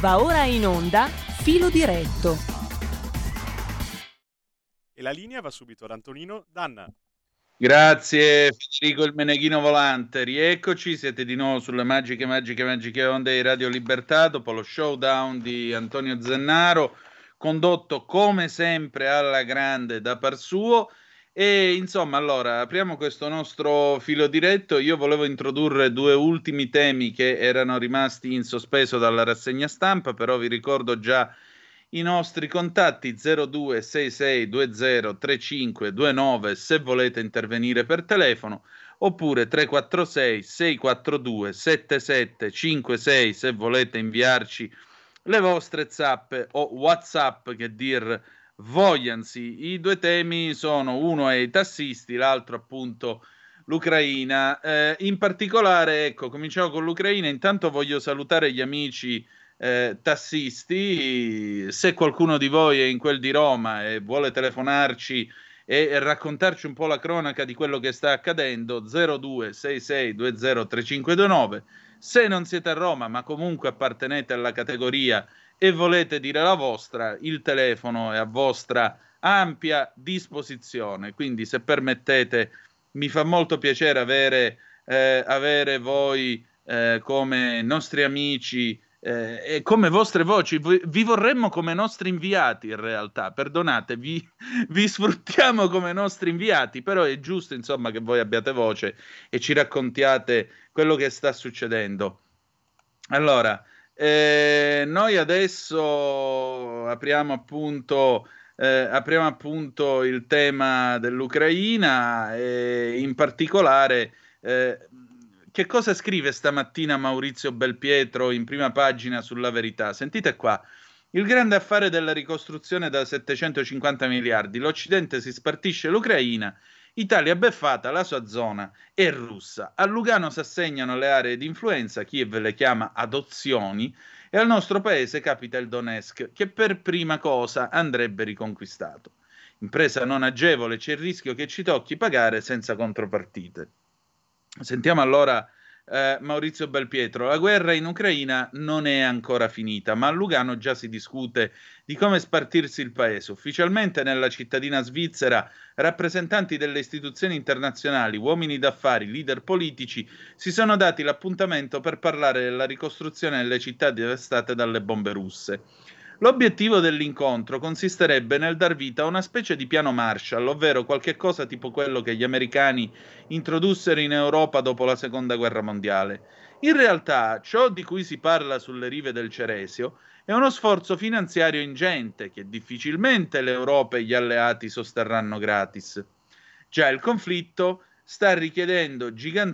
Va ora in onda Filo Diretto. E la linea va subito ad Antonino Danna. Grazie Federico il Meneghino Volante, rieccoci, siete di nuovo sulle magiche onde di Radio Libertà dopo lo showdown di Antonio Zennaro, condotto come sempre alla grande da par suo. E insomma, allora, apriamo questo nostro filo diretto. Io volevo introdurre due ultimi temi che erano rimasti in sospeso dalla rassegna stampa, però vi ricordo già i nostri contatti 0266203529 se volete intervenire per telefono, oppure 346 642 7756 se volete inviarci le vostre zappe o WhatsApp che dir vogliansi. I due temi sono uno è i tassisti, l'altro appunto l'Ucraina. In particolare, ecco, cominciamo con l'Ucraina. Intanto voglio salutare gli amici tassisti. Se qualcuno di voi è in quel di Roma e vuole telefonarci e raccontarci un po' la cronaca di quello che sta accadendo, 0266203529. Se non siete a Roma ma comunque appartenete alla categoria e volete dire la vostra, il telefono è a vostra ampia disposizione, quindi se permettete mi fa molto piacere avere voi come nostri amici e come vostre voci. Vi vorremmo come nostri inviati in realtà, perdonate, vi sfruttiamo come nostri inviati, però è giusto insomma che voi abbiate voce e ci raccontiate quello che sta succedendo. Allora, noi adesso apriamo appunto il tema dell'Ucraina e in particolare che cosa scrive stamattina Maurizio Belpietro in prima pagina sulla Verità? Sentite qua. Il grande affare della ricostruzione da 750 miliardi. L'Occidente si spartisce l'Ucraina, Italia beffata, la sua zona è russa. A Lugano si assegnano le aree di influenza, Kiev le chiama adozioni, e al nostro paese capita il Donetsk, che per prima cosa andrebbe riconquistato. Impresa non agevole, c'è il rischio che ci tocchi pagare senza contropartite. Sentiamo allora Maurizio Belpietro. La guerra in Ucraina non è ancora finita, ma a Lugano già si discute di come spartirsi il paese. Ufficialmente nella cittadina svizzera rappresentanti delle istituzioni internazionali, uomini d'affari, leader politici si sono dati l'appuntamento per parlare della ricostruzione delle città devastate dalle bombe russe. L'obiettivo dell'incontro consisterebbe nel dar vita a una specie di piano Marshall, ovvero qualche cosa tipo quello che gli americani introdussero in Europa dopo la Seconda Guerra Mondiale. In realtà, ciò di cui si parla sulle rive del Ceresio è uno sforzo finanziario ingente che difficilmente l'Europa e gli alleati sosterranno gratis. Già il conflitto sta richiedendo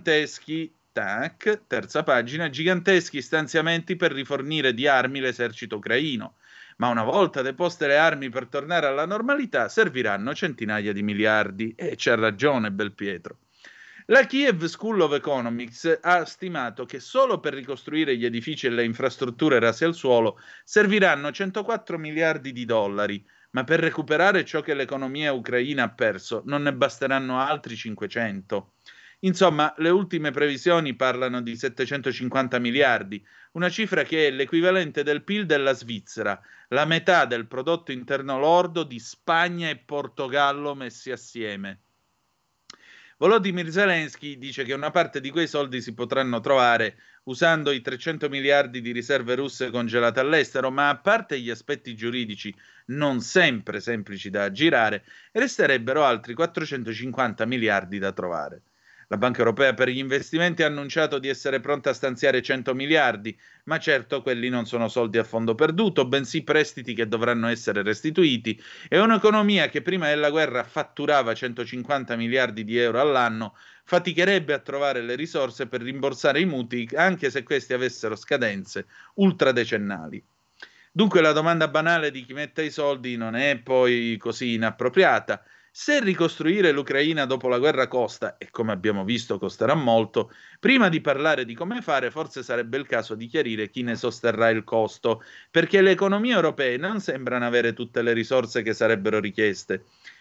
terza pagina, giganteschi stanziamenti per rifornire di armi l'esercito ucraino. Ma una volta deposte le armi per tornare alla normalità, serviranno centinaia di miliardi. E c'ha ragione Belpietro. La Kiev School of Economics ha stimato che solo per ricostruire gli edifici e le infrastrutture rase al suolo serviranno 104 miliardi di dollari, ma per recuperare ciò che l'economia ucraina ha perso non ne basteranno altri 500. Insomma, le ultime previsioni parlano di 750 miliardi, una cifra che è l'equivalente del PIL della Svizzera, la metà del prodotto interno lordo di Spagna e Portogallo messi assieme. Volodymyr Zelensky dice che una parte di quei soldi si potranno trovare usando i 300 miliardi di riserve russe congelate all'estero, ma a parte gli aspetti giuridici non sempre semplici da aggirare, resterebbero altri 450 miliardi da trovare. La Banca Europea per gli Investimenti ha annunciato di essere pronta a stanziare 100 miliardi, ma certo quelli non sono soldi a fondo perduto, bensì prestiti che dovranno essere restituiti, e un'economia che prima della guerra fatturava 150 miliardi di euro all'anno faticherebbe a trovare le risorse per rimborsare i mutui, anche se questi avessero scadenze ultradecennali. Dunque la domanda banale di chi mette i soldi non è poi così inappropriata. Se ricostruire l'Ucraina dopo la guerra costa, e come abbiamo visto costerà molto, prima di parlare di come fare forse sarebbe il caso di chiarire chi ne sosterrà il costo, perché le economie europee non sembrano avere tutte le risorse che sarebbero richieste.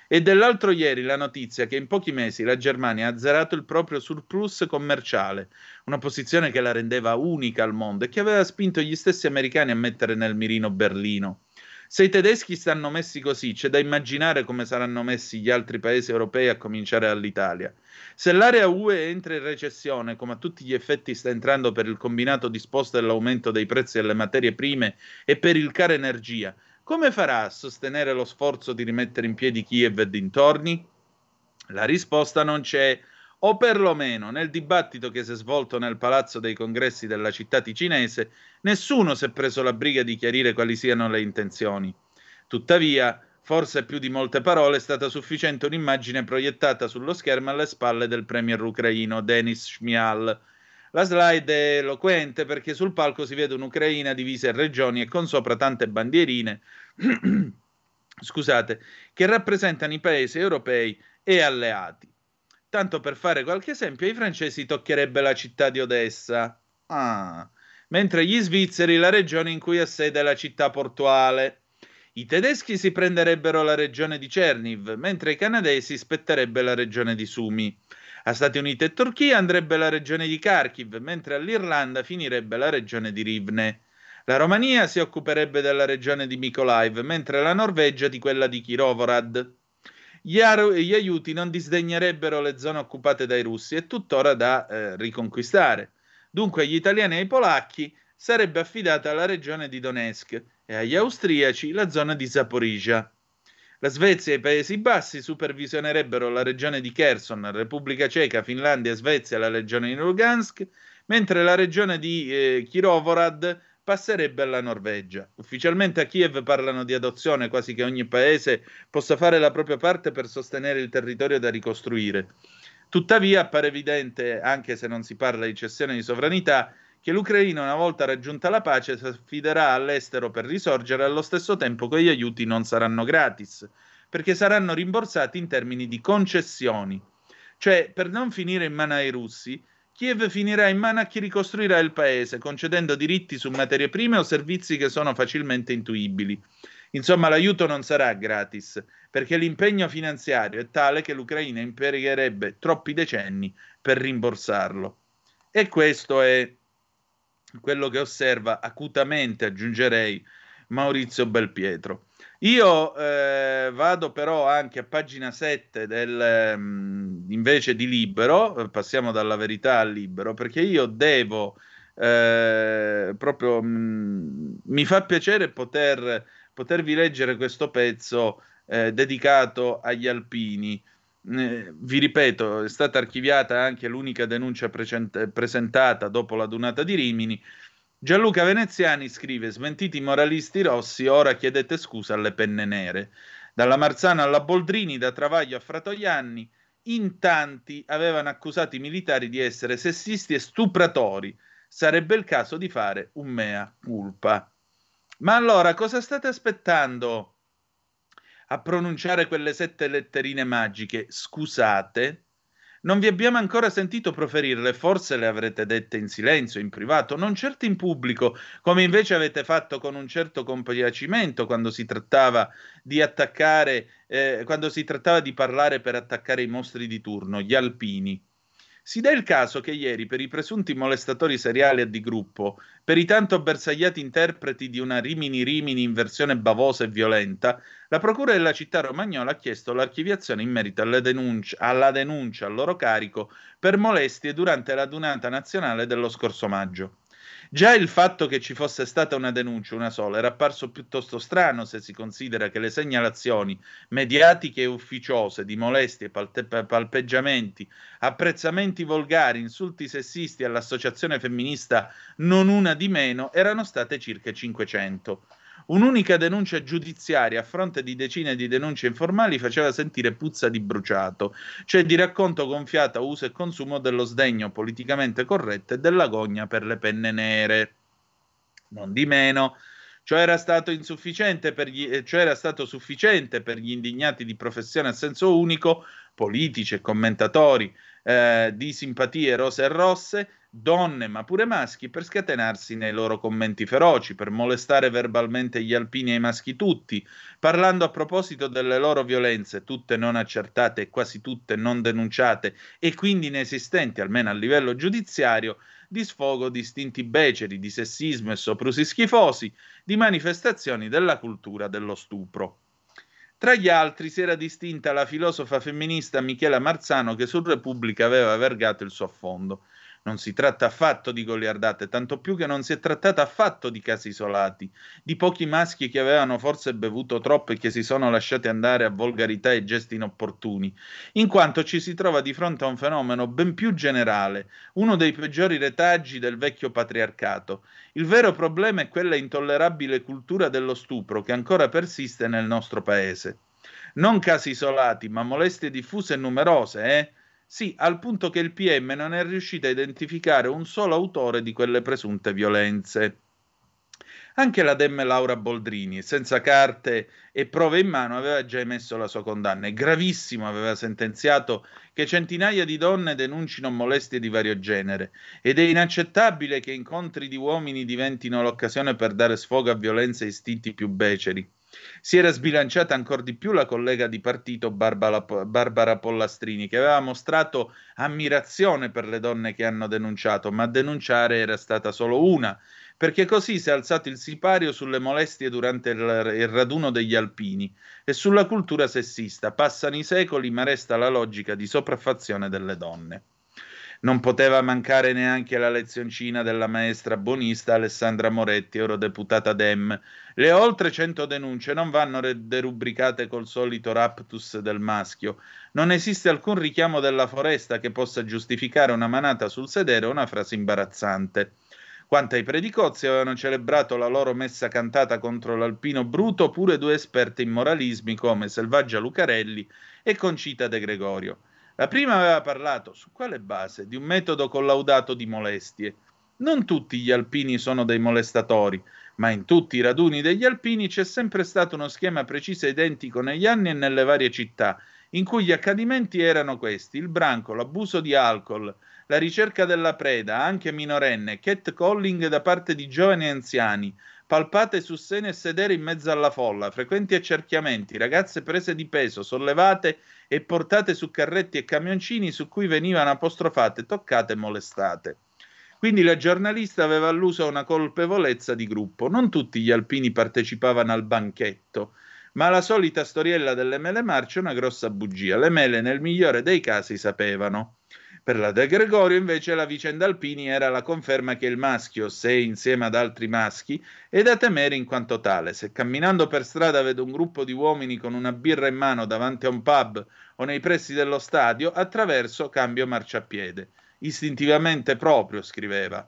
E dell'altro ieri la notizia che in pochi mesi la Germania ha azzerato il proprio surplus commerciale, una posizione che la rendeva unica al mondo e che aveva spinto gli stessi americani a mettere nel mirino Berlino. Se i tedeschi stanno messi così, c'è da immaginare come saranno messi gli altri paesi europei, a cominciare dall'Italia. Se l'area UE entra in recessione, come a tutti gli effetti sta entrando per il combinato disposto dell'aumento dei prezzi delle materie prime e per il caro energia, come farà a sostenere lo sforzo di rimettere in piedi Kiev e dintorni? La risposta non c'è, o perlomeno nel dibattito che si è svolto nel Palazzo dei Congressi della città ticinese, nessuno si è preso la briga di chiarire quali siano le intenzioni. Tuttavia, forse più di molte parole è stata sufficiente un'immagine proiettata sullo schermo alle spalle del premier ucraino Denis Shmyhal. La slide è eloquente perché sul palco si vede un'Ucraina divisa in regioni e con sopra tante bandierine scusate, che rappresentano i paesi europei e alleati. Tanto per fare qualche esempio, ai francesi toccherebbe la città di Odessa, mentre gli svizzeri la regione in cui ha sede la città portuale. I tedeschi si prenderebbero la regione di Cherniv, mentre ai canadesi spetterebbe la regione di Sumi. A Stati Uniti e Turchia andrebbe la regione di Kharkiv, mentre all'Irlanda finirebbe la regione di Rivne. La Romania si occuperebbe della regione di Mykolaiv, mentre la Norvegia di quella di Kirovorad. Gli aiuti non disdegnerebbero le zone occupate dai russi e tuttora da riconquistare. Dunque agli italiani e ai polacchi sarebbe affidata la regione di Donetsk e agli austriaci la zona di Zaporizhia. La Svezia e i Paesi Bassi supervisionerebbero la regione di Kherson, Repubblica Ceca, Finlandia e Svezia la regione di Lugansk, mentre la regione di Kirovorad passerebbe alla Norvegia. Ufficialmente a Kiev parlano di adozione, quasi che ogni paese possa fare la propria parte per sostenere il territorio da ricostruire. Tuttavia appare evidente, anche se non si parla di cessione di sovranità, che l'Ucraina, una volta raggiunta la pace, si affiderà all'estero per risorgere, allo stesso tempo che gli aiuti non saranno gratis, perché saranno rimborsati in termini di concessioni. Cioè, per non finire in mano ai russi, Kiev finirà in mano a chi ricostruirà il paese, concedendo diritti su materie prime o servizi che sono facilmente intuibili. Insomma, l'aiuto non sarà gratis, perché l'impegno finanziario è tale che l'Ucraina impiegherebbe troppi decenni per rimborsarlo. E questo è quello che osserva acutamente, aggiungerei, Maurizio Belpietro. Io vado però anche a pagina 7 invece di Libero, passiamo dalla Verità al Libero, perché io devo proprio mi fa piacere potervi leggere questo pezzo dedicato agli alpini. Vi ripeto, è stata archiviata anche l'unica denuncia presentata dopo la dunata di Rimini. Gianluca Veneziani scrive: smentiti i moralisti rossi, ora chiedete scusa alle penne nere. Dalla Marzano alla Boldrini, da Travaglio a Fratoianni, in tanti avevano accusato i militari di essere sessisti e stupratori. Sarebbe il caso di fare un mea culpa. Ma allora cosa state aspettando a pronunciare quelle 7 letterine magiche? Scusate? Non vi abbiamo ancora sentito proferirle, forse le avrete dette in silenzio, in privato, non certo in pubblico, come invece avete fatto con un certo compiacimento quando si trattava di quando si trattava di parlare per attaccare i mostri di turno, gli alpini. Si dà il caso che ieri, per i presunti molestatori seriali e di gruppo, per i tanto bersagliati interpreti di una Rimini-Rimini in versione bavosa e violenta, la Procura della città romagnola ha chiesto l'archiviazione in merito alla denuncia a loro carico per molestie durante la Dunata nazionale dello scorso maggio. Già il fatto che ci fosse stata una denuncia, una sola, era apparso piuttosto strano se si considera che le segnalazioni mediatiche e ufficiose di molestie, palpeggiamenti, apprezzamenti volgari, insulti sessisti all'associazione femminista Non Una di Meno erano state circa 500. Un'unica denuncia giudiziaria a fronte di decine di denunce informali faceva sentire puzza di bruciato, cioè di racconto gonfiata uso e consumo dello sdegno politicamente corretto e dell'agonia per le penne nere. Non di meno, Ciò era stato insufficiente cioè era stato sufficiente per gli indignati di professione a senso unico, politici e commentatori di simpatie rose e rosse, donne ma pure maschi, per scatenarsi nei loro commenti feroci, per molestare verbalmente gli alpini e i maschi tutti, parlando a proposito delle loro violenze, tutte non accertate e quasi tutte non denunciate e quindi inesistenti, almeno a livello giudiziario, di sfogo di istinti beceri, di sessismo e soprusi schifosi, di manifestazioni della cultura dello stupro. Tra gli altri si era distinta la filosofa femminista Michela Marzano, che su Repubblica aveva vergato il suo affondo. Non si tratta affatto di goliardate, tanto più che non si è trattato affatto di casi isolati, di pochi maschi che avevano forse bevuto troppo e che si sono lasciati andare a volgarità e gesti inopportuni, in quanto ci si trova di fronte a un fenomeno ben più generale, uno dei peggiori retaggi del vecchio patriarcato. Il vero problema è quella intollerabile cultura dello stupro che ancora persiste nel nostro paese. Non casi isolati, ma molestie diffuse e numerose, eh? Sì, al punto che il PM non è riuscito a identificare un solo autore di quelle presunte violenze. Anche la Dem Laura Boldrini, senza carte e prove in mano, aveva già emesso la sua condanna e gravissimo aveva sentenziato che centinaia di donne denuncino molestie di vario genere ed è inaccettabile che incontri di uomini diventino l'occasione per dare sfogo a violenze e istinti più beceri. Si era sbilanciata ancora di più la collega di partito Barbara Pollastrini, che aveva mostrato ammirazione per le donne che hanno denunciato, ma denunciare era stata solo una, perché così si è alzato il sipario sulle molestie durante il raduno degli alpini e sulla cultura sessista. Passano i secoli, ma resta la logica di sopraffazione delle donne. Non poteva mancare neanche la lezioncina della maestra buonista Alessandra Moretti, eurodeputata Dem. Le oltre 100 denunce non vanno derubricate col solito raptus del maschio. Non esiste alcun richiamo della foresta che possa giustificare una manata sul sedere o una frase imbarazzante. Quanto ai predicozzi, avevano celebrato la loro messa cantata contro l'alpino bruto pure due esperte in moralismi come Selvaggia Lucarelli e Concita De Gregorio. La prima aveva parlato, su quale base, di un metodo collaudato di molestie. Non tutti gli alpini sono dei molestatori, ma in tutti i raduni degli alpini c'è sempre stato uno schema preciso e identico negli anni e nelle varie città, in cui gli accadimenti erano questi: il branco, l'abuso di alcol, la ricerca della preda, anche minorenne, catcalling da parte di giovani e anziani, palpate su seni e sedere in mezzo alla folla, frequenti accerchiamenti, ragazze prese di peso, sollevate e portate su carretti e camioncini su cui venivano apostrofate, toccate e molestate. Quindi la giornalista aveva alluso a una colpevolezza di gruppo. Non tutti gli alpini partecipavano al banchetto, ma la solita storiella delle mele marce è una grossa bugia. Le mele, nel migliore dei casi, sapevano. Per la De Gregorio, invece, la vicenda Alpini era la conferma che il maschio, se insieme ad altri maschi, è da temere in quanto tale. Se camminando per strada vedo un gruppo di uomini con una birra in mano davanti a un pub o nei pressi dello stadio, attraverso cambio marciapiede. Istintivamente proprio, scriveva.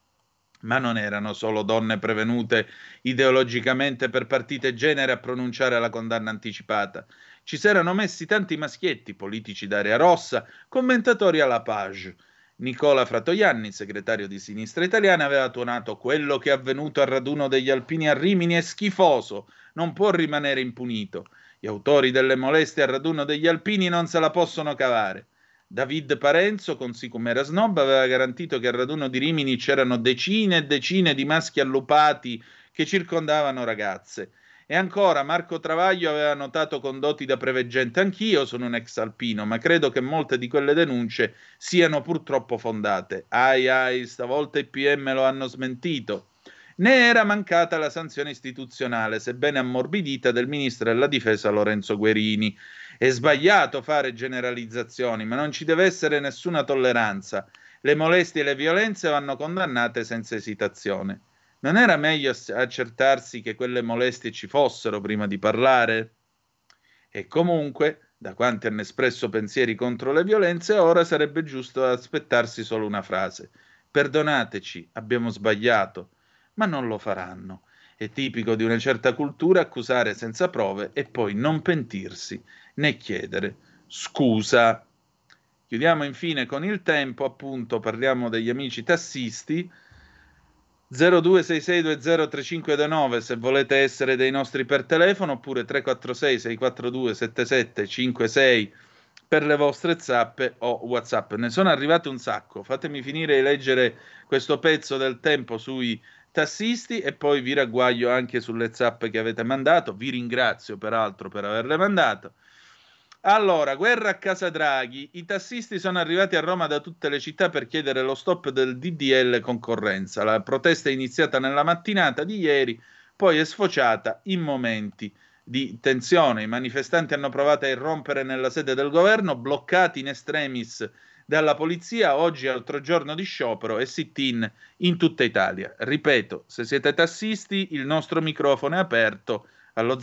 Ma non erano solo donne prevenute ideologicamente per partito e genere a pronunciare la condanna anticipata. Ci s'erano messi tanti maschietti, politici d'area rossa, commentatori alla page. Nicola Fratoianni, segretario di Sinistra Italiana, aveva tuonato: quello che è avvenuto al raduno degli alpini a Rimini è schifoso, non può rimanere impunito. Gli autori delle molestie al raduno degli alpini non se la possono cavare. David Parenzo, con Sicumera Snob, aveva garantito che al raduno di Rimini c'erano decine e decine di maschi allupati che circondavano ragazze. E ancora Marco Travaglio aveva notato condotti da preveggente. Anch'io sono un ex alpino, ma credo che molte di quelle denunce siano purtroppo fondate. Ai, stavolta i PM lo hanno smentito. Ne era mancata la sanzione istituzionale, sebbene ammorbidita, del ministro della difesa Lorenzo Guerini. È sbagliato fare generalizzazioni, ma non ci deve essere nessuna tolleranza. Le molestie e le violenze vanno condannate senza esitazione. Non era meglio accertarsi che quelle molestie ci fossero prima di parlare? E comunque, da quanti hanno espresso pensieri contro le violenze, ora sarebbe giusto aspettarsi solo una frase: perdonateci, abbiamo sbagliato. Ma non lo faranno. È tipico di una certa cultura accusare senza prove e poi non pentirsi né chiedere scusa. Chiudiamo infine con Il Tempo, appunto, parliamo degli amici tassisti. 0266203529 se volete essere dei nostri per telefono, oppure 346 642 7756 per le vostre zappe o WhatsApp. Ne sono arrivate un sacco. Fatemi finire di leggere questo pezzo del Tempo sui tassisti e poi vi ragguaglio anche sulle zappe che avete mandato. Vi ringrazio peraltro per averle mandato. Allora, guerra a casa Draghi. I tassisti sono arrivati a Roma da tutte le città per chiedere lo stop del DDL concorrenza. La protesta è iniziata nella mattinata di ieri, poi è sfociata in momenti di tensione. I manifestanti hanno provato a irrompere nella sede del governo, bloccati in extremis dalla polizia. Oggi è altro giorno di sciopero e sit-in in tutta Italia. Ripeto, se siete tassisti, il nostro microfono è aperto allo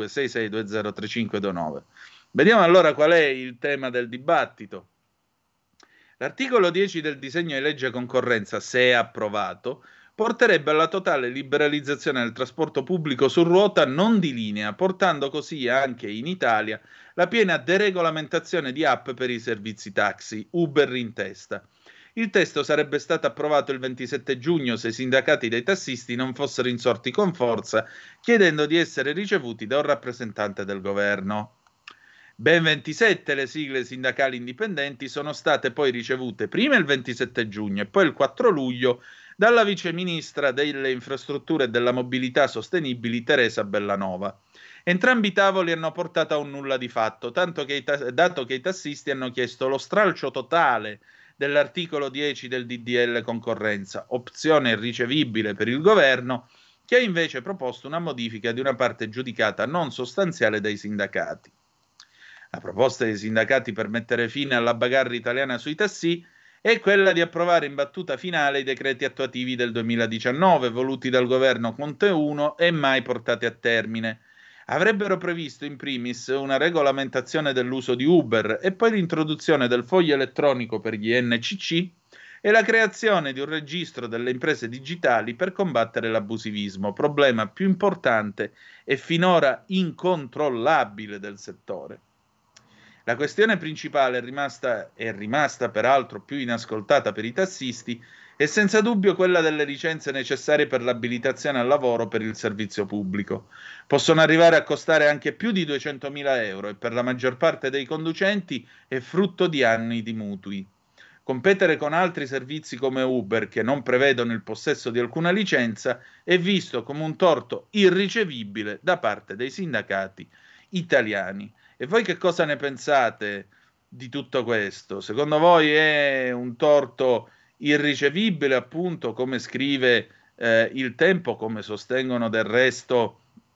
0266203529. Vediamo allora qual è il tema del dibattito. L'articolo 10 del disegno di legge concorrenza, se approvato, porterebbe alla totale liberalizzazione del trasporto pubblico su ruota non di linea, portando così anche in Italia la piena deregolamentazione di app per i servizi taxi, Uber in testa. Il testo sarebbe stato approvato il 27 giugno se i sindacati dei tassisti non fossero insorti con forza, chiedendo di essere ricevuti da un rappresentante del governo. Ben 27 le sigle sindacali indipendenti sono state poi ricevute prima il 27 giugno e poi il 4 luglio dalla vice ministra delle infrastrutture e della mobilità sostenibili Teresa Bellanova. Entrambi i tavoli hanno portato a un nulla di fatto, dato che i tassisti hanno chiesto lo stralcio totale dell'articolo 10 del DDL concorrenza, opzione ricevibile per il governo, che ha invece proposto una modifica di una parte giudicata non sostanziale dai sindacati. La proposta dei sindacati per mettere fine alla bagarre italiana sui taxi è quella di approvare in battuta finale i decreti attuativi del 2019, voluti dal governo Conte 1 e mai portati a termine. Avrebbero previsto in primis una regolamentazione dell'uso di Uber e poi l'introduzione del foglio elettronico per gli NCC e la creazione di un registro delle imprese digitali per combattere l'abusivismo, problema più importante e finora incontrollabile del settore. La questione principale è rimasta peraltro più inascoltata per i tassisti, è senza dubbio quella delle licenze necessarie per l'abilitazione al lavoro per il servizio pubblico. Possono arrivare a costare anche più di 200.000 euro e per la maggior parte dei conducenti è frutto di anni di mutui. Competere con altri servizi come Uber, che non prevedono il possesso di alcuna licenza, è visto come un torto irricevibile da parte dei sindacati italiani. E voi che cosa ne pensate di tutto questo? Secondo voi è un torto irricevibile, appunto, come scrive il Tempo, come sostengono del resto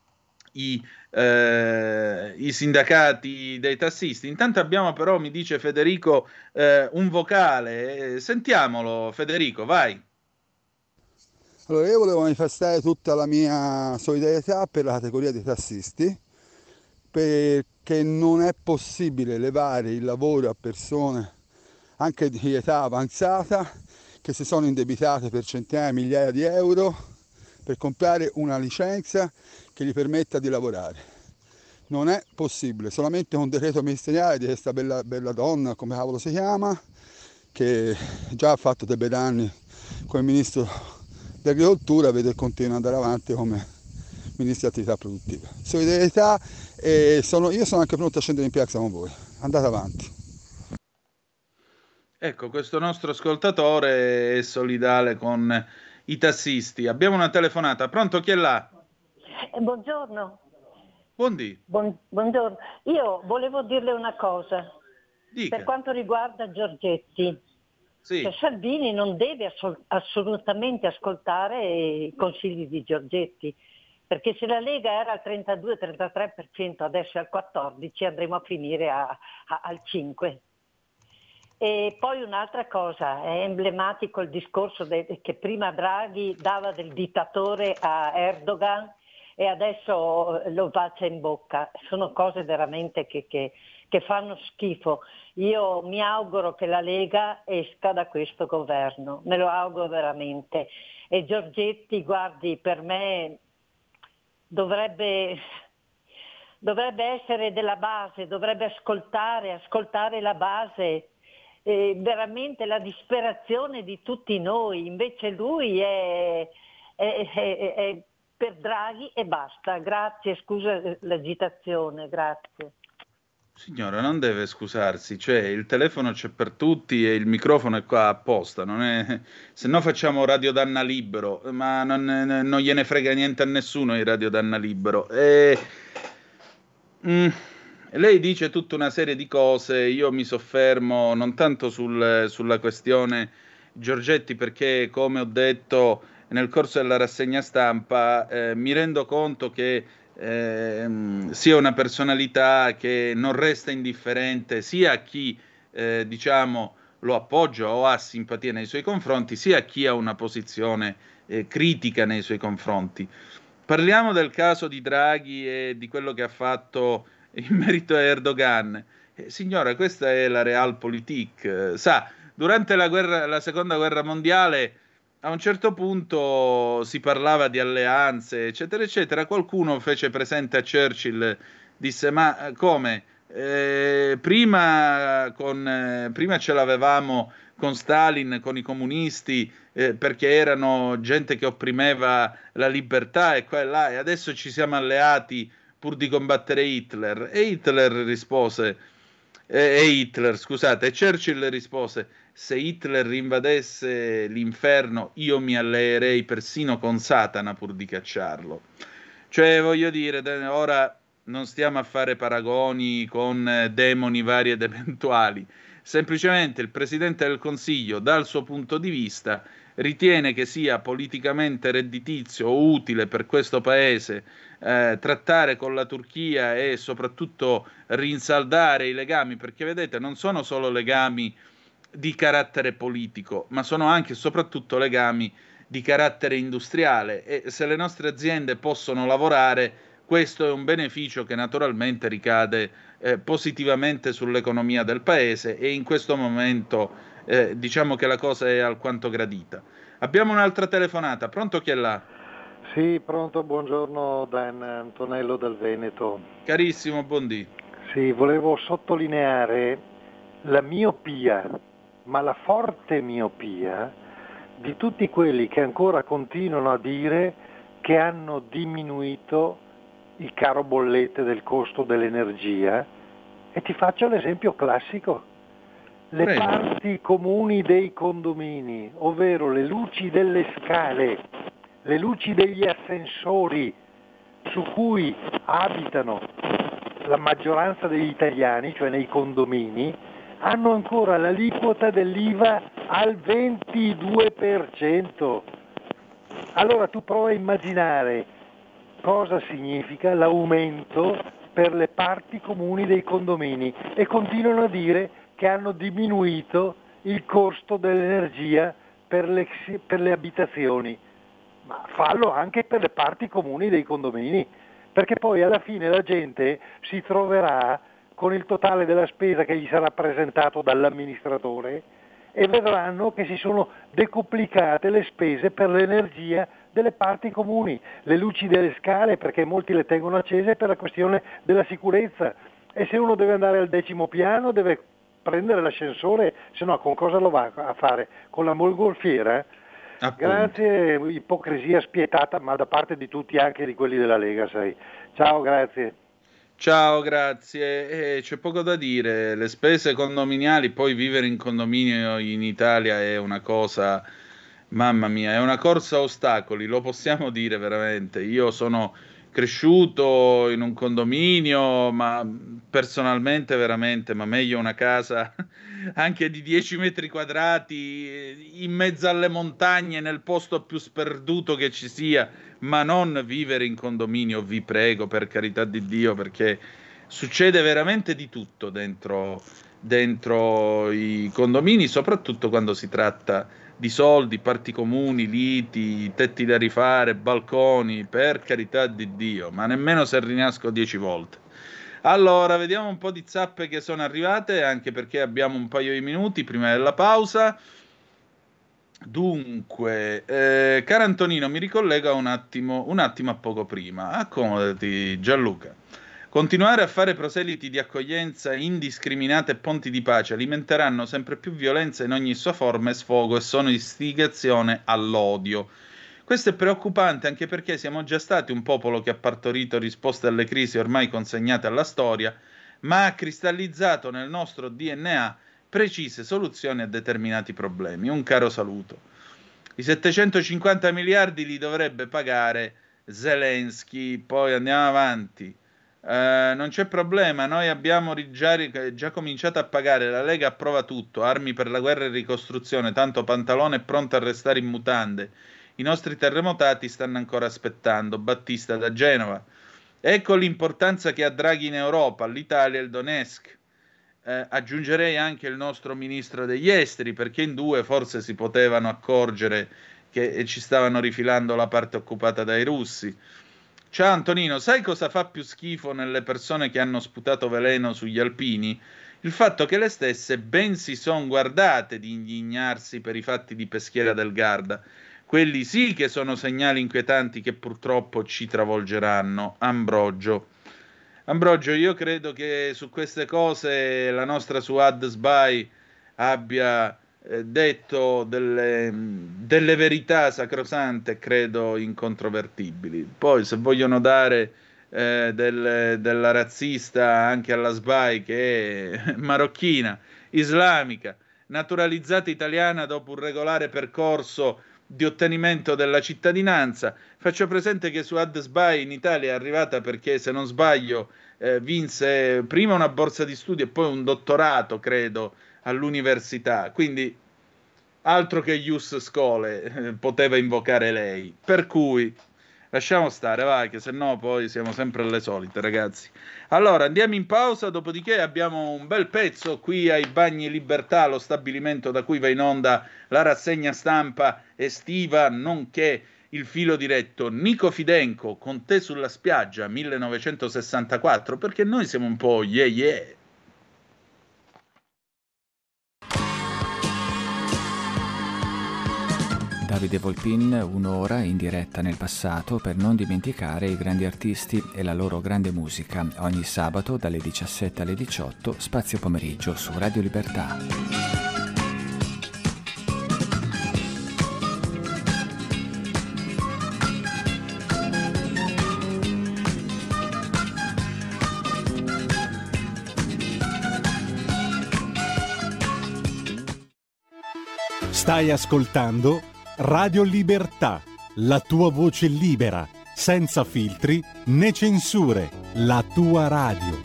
i sindacati dei tassisti? Intanto abbiamo però, mi dice Federico, un vocale. Sentiamolo, Federico, vai. Allora, io volevo manifestare tutta la mia solidarietà per la categoria dei tassisti, perché non è possibile levare il lavoro a persone anche di età avanzata che si sono indebitate per centinaia di migliaia di euro per comprare una licenza che gli permetta di lavorare. Non è possibile, solamente con decreto ministeriale di questa bella donna, come cavolo si chiama, che già ha fatto dei bei anni come ministro dell'agricoltura, vedo che continua ad andare avanti come ministro di attività produttive. Solidarietà, e io sono anche pronto a scendere in piazza con voi, andate avanti. Ecco, questo nostro ascoltatore è solidale con i tassisti. Abbiamo una telefonata. Pronto, chi è là? Buongiorno. Buondì. Buongiorno. Io volevo dirle una cosa. Dica. Per quanto riguarda Giorgetti. Sì. Cioè, Salvini non deve assolutamente ascoltare i consigli di Giorgetti, perché se la Lega era al 32-33%, adesso è al 14%, andremo a finire al 5%. E poi un'altra cosa, è emblematico il discorso che prima Draghi dava del dittatore a Erdogan e adesso lo bacia in bocca. Sono cose veramente che fanno schifo. Io mi auguro che la Lega esca da questo governo, me lo auguro veramente. E Giorgetti, guardi, per me dovrebbe essere della base, dovrebbe ascoltare la base. Veramente la disperazione di tutti noi, invece lui è è per Draghi e basta. Grazie, scusa l'agitazione, grazie. Signora, non deve scusarsi, cioè il telefono c'è per tutti e il microfono è qua apposta, non è... se no facciamo Radio Danna Libero, ma non gliene frega niente a nessuno il Radio Danna Libero. Lei dice tutta una serie di cose, io mi soffermo non tanto sulla questione Giorgetti perché, come ho detto nel corso della rassegna stampa, mi rendo conto che sia una personalità che non resta indifferente sia a chi diciamo lo appoggia o ha simpatia nei suoi confronti, sia a chi ha una posizione critica nei suoi confronti. Parliamo del caso di Draghi e di quello che ha fatto in merito a Erdogan. Signora, questa è la realpolitik. Sa, durante la seconda guerra mondiale a un certo punto si parlava di alleanze, eccetera, eccetera. Qualcuno fece presente a Churchill, disse: ma come? Prima ce l'avevamo con Stalin, con i comunisti, perché erano gente che opprimeva la libertà e qua e là, e adesso ci siamo alleati pur di combattere Hitler. E Hitler rispose, scusate, Churchill rispose: se Hitler invadesse l'inferno, io mi alleerei persino con Satana pur di cacciarlo. Cioè, voglio dire, ora non stiamo a fare paragoni con demoni vari ed eventuali. Semplicemente il Presidente del Consiglio, dal suo punto di vista, ritiene che sia politicamente redditizio o utile per questo Paese trattare con la Turchia e soprattutto rinsaldare i legami, perché vedete, non sono solo legami di carattere politico, ma sono anche e soprattutto legami di carattere industriale, e se le nostre aziende possono lavorare, questo è un beneficio che naturalmente ricade positivamente sull'economia del paese, e in questo momento diciamo che la cosa è alquanto gradita. Abbiamo un'altra telefonata, pronto, chi è là? Sì, pronto, buongiorno Dan, Antonello dal Veneto. Carissimo, buondì. Sì, volevo sottolineare la miopia, ma la forte miopia di tutti quelli che ancora continuano a dire che hanno diminuito il caro bollette del costo dell'energia, e ti faccio l'esempio classico: le Prego. parti comuni dei condomini, ovvero le luci delle scale, le luci degli ascensori su cui abitano la maggioranza degli italiani, cioè nei condomini, hanno ancora l'aliquota dell'IVA al 22%. Allora tu prova a immaginare cosa significa l'aumento per le parti comuni dei condomini, e continuano a dire che hanno diminuito il costo dell'energia per le abitazioni. Ma fallo anche per le parti comuni dei condomini, perché poi alla fine la gente si troverà con il totale della spesa che gli sarà presentato dall'amministratore e vedranno che si sono decuplicate le spese per l'energia delle parti comuni, le luci delle scale, perché molti le tengono accese per la questione della sicurezza, e se uno deve andare al 10° piano deve prendere l'ascensore, se no con cosa lo va a fare? Con la mongolfiera? Appunto. Grazie, ipocrisia spietata, ma da parte di tutti, anche di quelli della Lega, sai. Ciao, grazie. Ciao, grazie. C'è poco da dire, le spese condominiali, poi vivere in condominio in Italia è una cosa, mamma mia, è una corsa a ostacoli, lo possiamo dire veramente. Io sono cresciuto in un condominio, ma personalmente veramente, ma meglio una casa anche di 10 metri quadrati in mezzo alle montagne, nel posto più sperduto che ci sia, ma non vivere in condominio, vi prego, per carità di Dio, perché succede veramente di tutto dentro i condomini, soprattutto quando si tratta di soldi, parti comuni, liti, tetti da rifare, balconi, per carità di Dio, ma nemmeno se rinasco 10 volte. Allora, vediamo un po' di zappe che sono arrivate, anche perché abbiamo un paio di minuti prima della pausa. Dunque, caro Antonino, mi ricollega un attimo a poco prima. Accomodati, Gianluca. Continuare a fare proseliti di accoglienza indiscriminata e ponti di pace alimenteranno sempre più violenza in ogni sua forma e sfogo e sono istigazione all'odio. Questo è preoccupante anche perché siamo già stati un popolo che ha partorito risposte alle crisi ormai consegnate alla storia, ma ha cristallizzato nel nostro DNA precise soluzioni a determinati problemi. Un caro saluto. I 750 miliardi li dovrebbe pagare Zelensky, poi andiamo avanti. Non c'è problema, noi abbiamo già cominciato a pagare, la Lega approva tutto, armi per la guerra e ricostruzione, tanto Pantalone è pronto a restare in mutande. I nostri terremotati stanno ancora aspettando. Battista da Genova. Ecco l'importanza che ha Draghi in Europa, all'Italia il Donetsk. Aggiungerei anche il nostro ministro degli esteri, perché in due forse si potevano accorgere che ci stavano rifilando la parte occupata dai russi. Ciao Antonino, sai cosa fa più schifo nelle persone che hanno sputato veleno sugli alpini? Il fatto che le stesse ben si son guardate di indignarsi per i fatti di Peschiera del Garda. Quelli sì che sono segnali inquietanti che purtroppo ci travolgeranno. Ambrogio, io credo che su queste cose la nostra Suad Sbai abbia detto delle verità sacrosante, credo incontrovertibili. Poi se vogliono dare della razzista anche alla Sbai, che è marocchina, islamica, naturalizzata italiana dopo un regolare percorso di ottenimento della cittadinanza, faccio presente che Suad Sbai in Italia è arrivata perché, se non sbaglio, vinse prima una borsa di studio e poi un dottorato, credo, all'università, quindi altro che Ius Scholae poteva invocare lei, per cui lasciamo stare, vai, che sennò poi siamo sempre alle solite, ragazzi. Allora andiamo in pausa, dopodiché abbiamo un bel pezzo qui ai Bagni Libertà, lo stabilimento da cui va in onda la rassegna stampa estiva, nonché il filo diretto. Nico Fidenco, Con te sulla spiaggia, 1964, perché noi siamo un po' yeah yeah. Davide Volpin, un'ora in diretta nel passato per non dimenticare i grandi artisti e la loro grande musica. Ogni sabato dalle 17 alle 18, spazio pomeriggio su Radio Libertà. Stai ascoltando Radio Libertà, la tua voce libera, senza filtri né censure, la tua radio.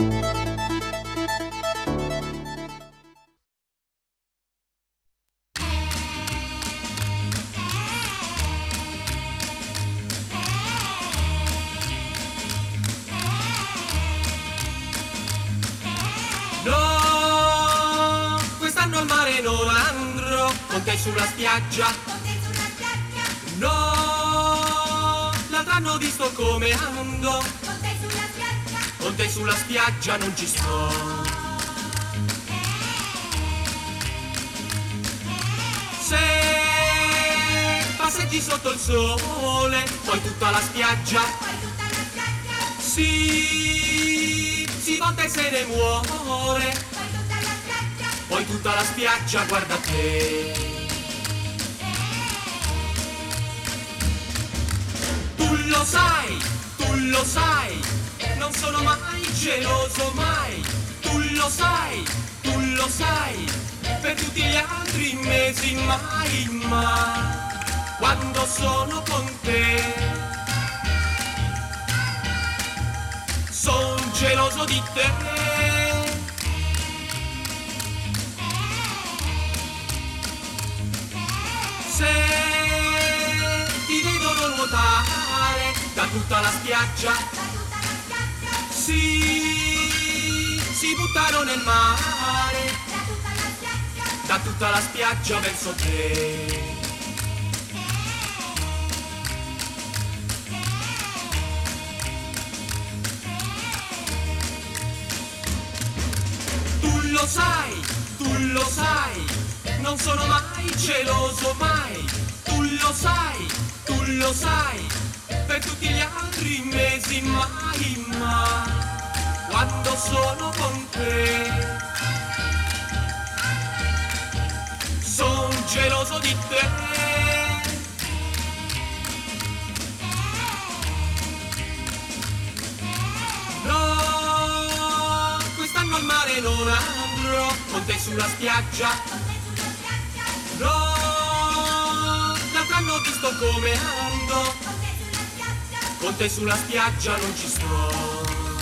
No, quest'anno al mare non andrò, con te sulla spiaggia. No, l'altro anno visto come ando, con te sulla spiaggia non ci sto. Se passeggi sotto il sole, poi tutta la spiaggia, si volta e se ne muore, poi tutta la spiaggia guarda te. Tu lo sai, non sono mai geloso mai. Tu lo sai, per tutti gli altri mesi mai, ma quando sono con te son geloso di te. Se ti vedono nuotare da tutta la spiaggia, si buttano nel mare, da tutta la spiaggia verso te. Tu lo sai, non sono mai geloso mai. Tu lo sai, per tutti gli altri mesi mai, ma quando sono con te son geloso di te. non andrò con te sulla spiaggia. No, l'altro anno visto come ando, con te sulla spiaggia non ci sto.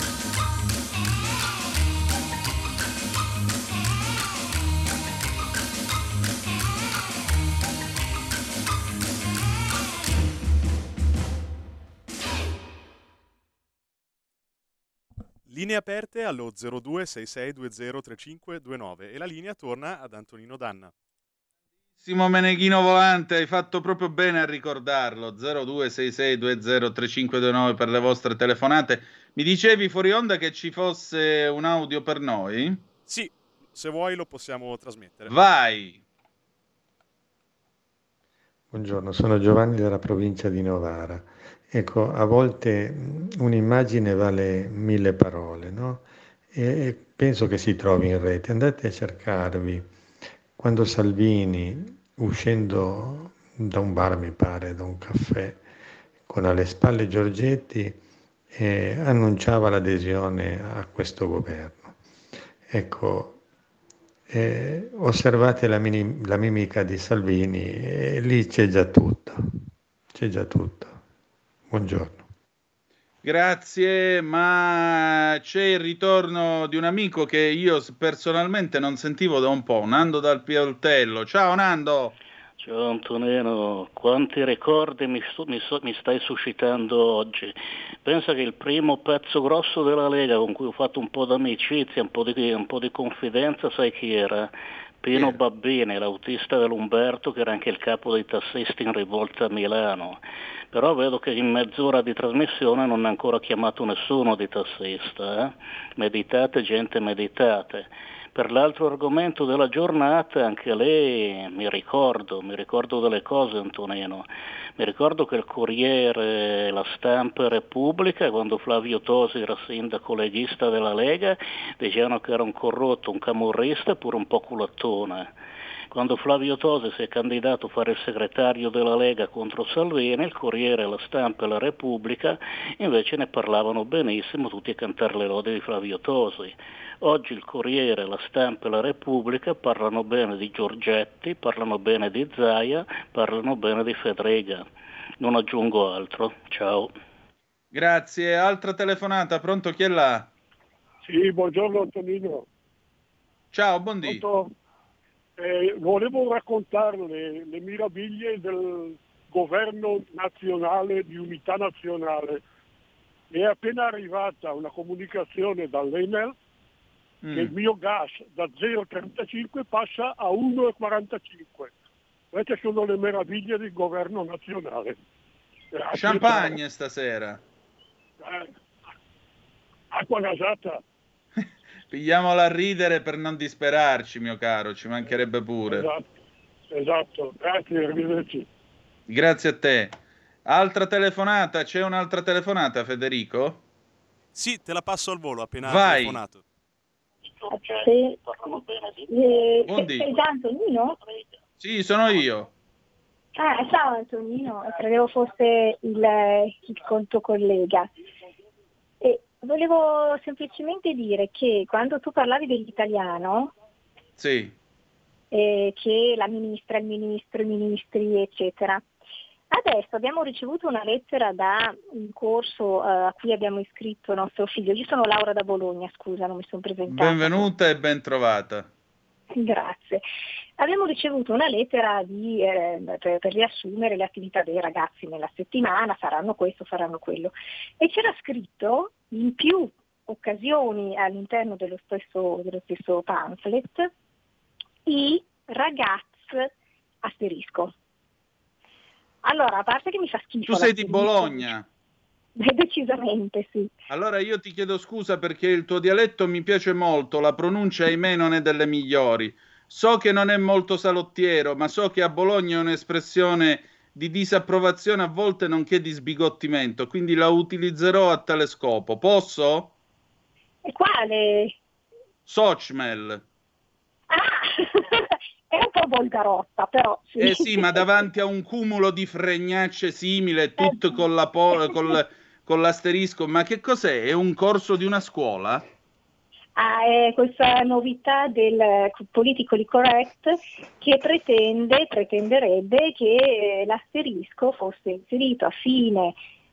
Linee aperte allo 0266203529 e la linea torna ad Antonino Danna. Simo Meneghino Volante, hai fatto proprio bene a ricordarlo. 0266203529 per le vostre telefonate. Mi dicevi fuori onda che ci fosse un audio per noi? Sì, se vuoi lo possiamo trasmettere. Vai! Buongiorno, sono Giovanni della provincia di Novara. Ecco, a volte un'immagine vale 1000 parole, no? E penso che si trovi in rete. Andate a cercarvi quando Salvini, uscendo da un bar, mi pare, da un caffè, con alle spalle Giorgetti, annunciava l'adesione a questo governo. Ecco, osservate la mimica di Salvini e lì c'è già tutto. Buongiorno. Grazie, ma c'è il ritorno di un amico che io personalmente non sentivo da un po', Nando dal Pioltello. Ciao Nando! Ciao Antonino, quanti ricordi mi stai suscitando oggi. Pensa che il primo pezzo grosso della Lega con cui ho fatto un po' d'amicizia, un po' di confidenza, sai chi era? Pino Babbini, l'autista dell'Umberto, che era anche il capo dei tassisti in rivolta a Milano. Però vedo che in mezz'ora di trasmissione non ha ancora chiamato nessuno di tassista. Meditate, gente, meditate. Per l'altro argomento della giornata, anche lì mi ricordo delle cose, Antonino. Mi ricordo che il Corriere, la Stampa e Repubblica, quando Flavio Tosi era sindaco leghista della Lega, dicevano che era un corrotto, un camorrista e pure un po' culattone. Quando Flavio Tosi si è candidato a fare il segretario della Lega contro Salvini, il Corriere, la Stampa e la Repubblica invece ne parlavano benissimo, tutti a cantare le lodi di Flavio Tosi. Oggi il Corriere, la Stampa e la Repubblica parlano bene di Giorgetti, parlano bene di Zaia, parlano bene di Fedriga. Non aggiungo altro. Ciao. Grazie. Altra telefonata, pronto? Chi è là? Sì, buongiorno Antonino. Ciao, buondì. Volevo raccontarle le meraviglie del governo nazionale, di unità nazionale. È appena arrivata una comunicazione dall'Enel che il mio gas da 0,35 passa a 1,45. Queste sono le meraviglie del governo nazionale. Champagne stasera. Acqua gasata. Pigliamola a ridere per non disperarci, mio caro, ci mancherebbe pure. Esatto. Grazie, arrivederci. Grazie a te. Altra telefonata, c'è un'altra telefonata, Federico? Sì, te la passo al volo, appena telefonato. Sì. Buondì. Sei già Antonino? Sì, sono io. Ciao Antonino, credevo fosse il conto collega. E volevo semplicemente dire che quando tu parlavi dell'italiano, sì, che la ministra, il ministro, i ministri, eccetera, adesso abbiamo ricevuto una lettera da un corso a cui abbiamo iscritto nostro figlio. Io sono Laura da Bologna, scusa, non mi sono presentata. Benvenuta e ben trovata. Grazie. Abbiamo ricevuto una lettera per riassumere le attività dei ragazzi nella settimana, faranno questo, faranno quello. E c'era scritto in più occasioni all'interno dello stesso pamphlet i ragazzi asterisco. Allora, a parte che mi fa schifo. Tu sei di Bologna? Decisamente sì. Allora io ti chiedo scusa perché il tuo dialetto mi piace molto, la pronuncia ahimè non è delle migliori. So che non è molto salottiero, ma so che a Bologna è un'espressione di disapprovazione a volte nonché di sbigottimento, quindi la utilizzerò a tale scopo. Posso? E quale? Socmel. È un po' volgarotta, però sì. Sì, ma davanti a un cumulo di fregnacce simile, tutto con l'asterisco. Ma che cos'è? È un corso di una scuola? questa novità del politically correct che pretenderebbe che l'asterisco fosse inserito a fine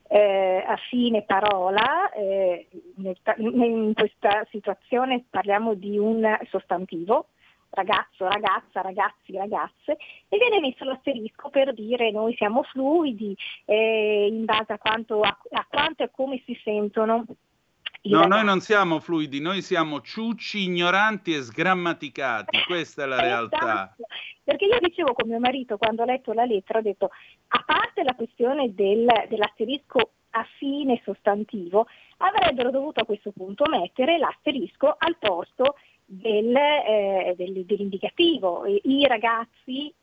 parola. In questa situazione parliamo di un sostantivo, ragazzo, ragazza, ragazzi, ragazze, e viene messo l'asterisco per dire noi siamo fluidi in base a quanto e come si sentono. No, noi non siamo fluidi, noi siamo ciucci, ignoranti e sgrammaticati, questa è la realtà. Perché io dicevo con mio marito, quando ho letto la lettera, ho detto, a parte la questione dell'asterisco a fine sostantivo, avrebbero dovuto a questo punto mettere l'asterisco al posto dell'indicativo. I ragazzi,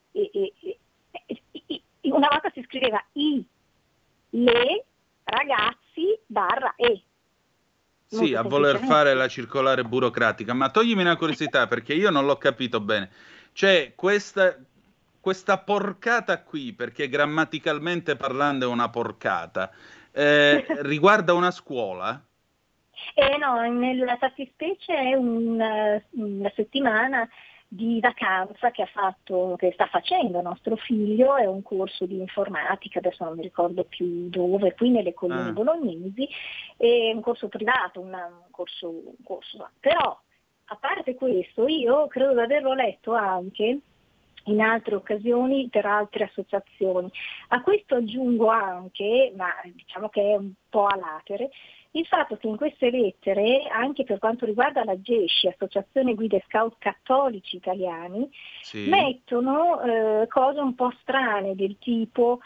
una volta si scriveva le ragazzi /e. Sì, a voler fare la circolare burocratica, ma toglimi una curiosità perché io non l'ho capito bene. Cioè, questa porcata qui, perché grammaticalmente parlando è una porcata, riguarda una scuola? No, nella fattispecie è una settimana di vacanza che sta facendo nostro figlio, è un corso di informatica, adesso non mi ricordo più dove, qui nelle colline bolognesi, è un corso privato, un corso. Però, a parte questo, io credo di averlo letto anche in altre occasioni per altre associazioni. A questo aggiungo anche, ma diciamo che è un po' a latere, il fatto che in queste lettere, anche per quanto riguarda la GESCI, Associazione Guide Scout Cattolici Italiani, mettono cose un po' strane del tipo,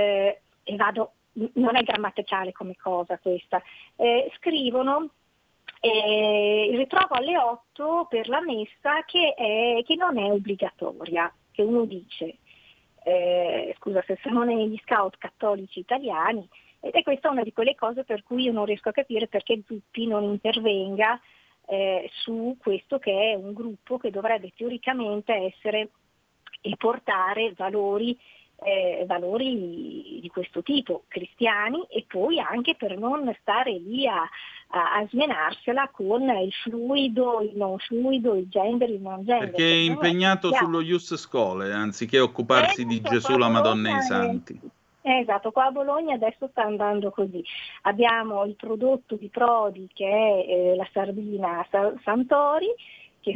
non è grammaticale come cosa questa, scrivono il ritrovo alle 8 per la messa che non è obbligatoria, che uno dice, scusa, se sono negli Scout Cattolici Italiani. Ed è questa una di quelle cose per cui io non riesco a capire perché Zuppi non intervenga su questo, che è un gruppo che dovrebbe teoricamente essere e portare valori di questo tipo, cristiani, e poi anche per non stare lì a smenarsela con il fluido, il non fluido, il gender, il non gender. Perché è impegnato sullo Ius Scholae, anziché occuparsi di Gesù, la Madonna e i Santi. Esatto, qua a Bologna adesso sta andando così. Abbiamo il prodotto di Prodi che è la sardina Santori, che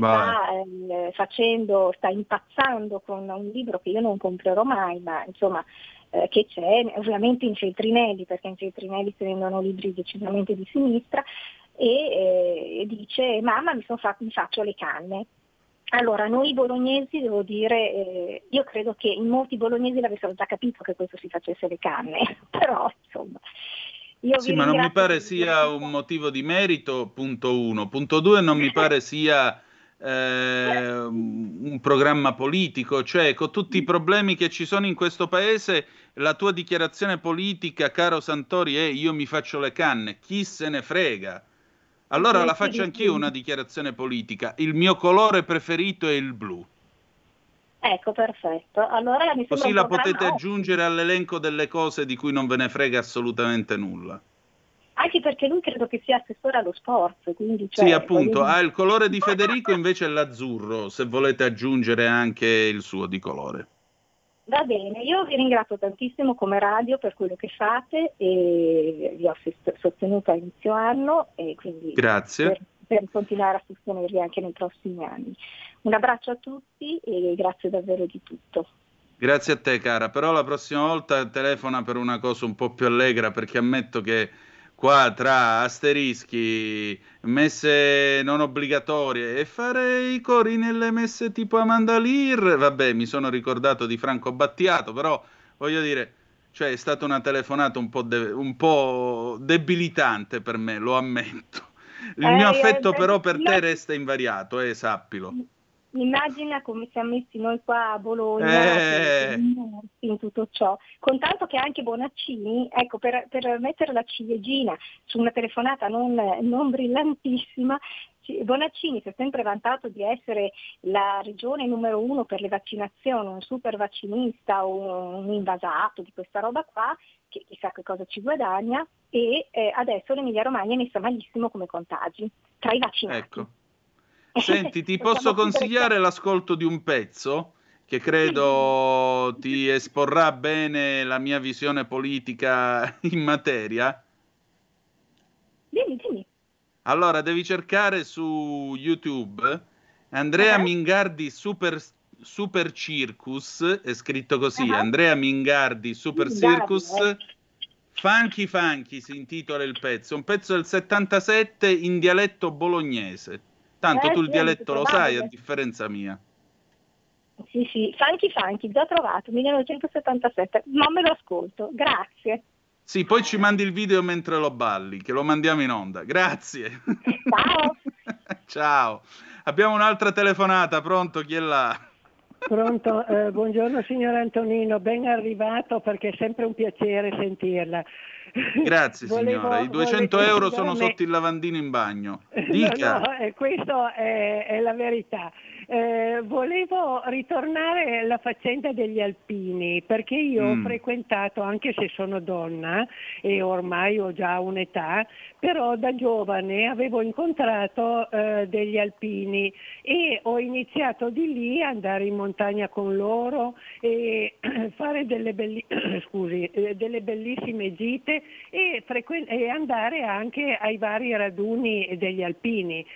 sta impazzando con un libro che io non comprerò mai, ma insomma che c'è ovviamente in Feltrinelli, perché in Feltrinelli si vendono libri decisamente di sinistra, e dice mamma mi faccio le canne. Allora, noi bolognesi, devo dire, io credo che in molti bolognesi l'avessero già capito che questo si facesse le canne, però insomma. Ma non mi pare sia un motivo di merito, punto 1. Punto 2, non mi pare sia un programma politico, cioè con tutti i problemi che ci sono in questo paese, la tua dichiarazione politica, caro Santori, è io mi faccio le canne, chi se ne frega? Allora la faccio anch'io una dichiarazione politica. Il mio colore preferito è il blu. Ecco, perfetto. Allora così la potete aggiungere all'elenco delle cose di cui non ve ne frega assolutamente nulla. Anche perché lui credo che sia assessore allo sport. Quindi, sì, appunto. Il colore di Federico invece è l'azzurro, se volete aggiungere anche il suo di colore. Va bene, io vi ringrazio tantissimo come radio per quello che fate e vi ho sostenuto a inizio anno e quindi grazie. Per continuare a sostenervi anche nei prossimi anni. Un abbraccio a tutti e grazie davvero di tutto. Grazie a te cara, però la prossima volta telefona per una cosa un po' più allegra, perché ammetto che qua tra asterischi, messe non obbligatorie e fare i cori nelle messe tipo Amanda Lear, vabbè, mi sono ricordato di Franco Battiato, però voglio dire, cioè è stata una telefonata un po' debilitante per me, lo ammetto. Il mio affetto però per te resta invariato, sappilo. Immagina come siamo messi noi qua a Bologna in tutto ciò, con tanto che anche Bonaccini, ecco, per mettere la ciliegina su una telefonata non brillantissima, Bonaccini si è sempre vantato di essere la regione numero 1 per le vaccinazioni, un super vaccinista o un invasato di questa roba qua, che chissà che cosa ci guadagna, e adesso l'Emilia Romagna è messa malissimo come contagi tra i vaccinati. Ecco. Senti, ti posso consigliare l'ascolto di un pezzo che credo ti esporrà bene la mia visione politica in materia? Dimmi. Allora, devi cercare su YouTube Andrea Mingardi Super Circus, è scritto così, Andrea Mingardi Super Circus, Funky Funky si intitola il pezzo, un pezzo del 77 in dialetto bolognese. Tanto tu il dialetto lo sai, a differenza mia. Sì, Funky, già trovato, 1977, non me lo ascolto, grazie. Sì, poi ci mandi il video mentre lo balli, che lo mandiamo in onda. Grazie. Ciao. Ciao. Abbiamo un'altra telefonata, pronto? Chi è là? Pronto, buongiorno signor Antonino, ben arrivato perché è sempre un piacere sentirla. Grazie signora, i 200 euro sono sotto il lavandino in bagno. Dica. No, questo è la verità. Volevo ritornare alla faccenda degli alpini, perché io ho frequentato, anche se sono donna e ormai ho già un'età, però da giovane avevo incontrato degli alpini e ho iniziato di lì a andare in montagna con loro e fare delle bellissime gite e andare anche ai vari raduni degli alpini.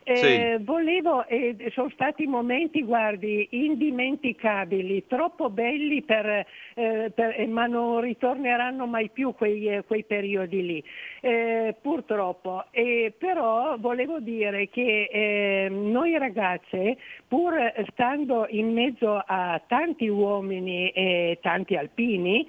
Sono stati momenti, guardi, indimenticabili, troppo belli ma non ritorneranno mai più quei periodi lì, purtroppo. Però volevo dire che noi ragazze, pur stando in mezzo a tanti uomini e tanti alpini,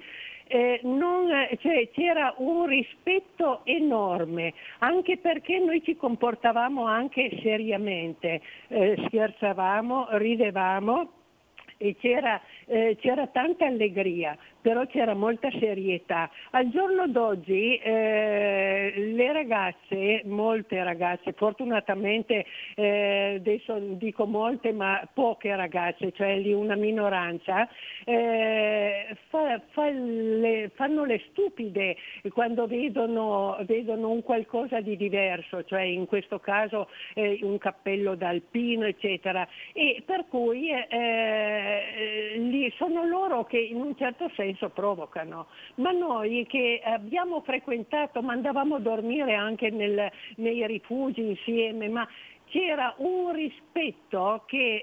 c'era un rispetto enorme, anche perché noi ci comportavamo anche seriamente, scherzavamo, ridevamo e c'era tanta allegria, però c'era molta serietà. Al giorno d'oggi le ragazze, molte ragazze, fortunatamente adesso dico molte ma poche ragazze, cioè lì una minoranza, fanno le stupide quando vedono un qualcosa di diverso, cioè in questo caso un cappello d'alpino eccetera, e per cui sono loro che in un certo senso provocano, ma noi che abbiamo frequentato, ma andavamo a dormire anche nei rifugi insieme, ma c'era un rispetto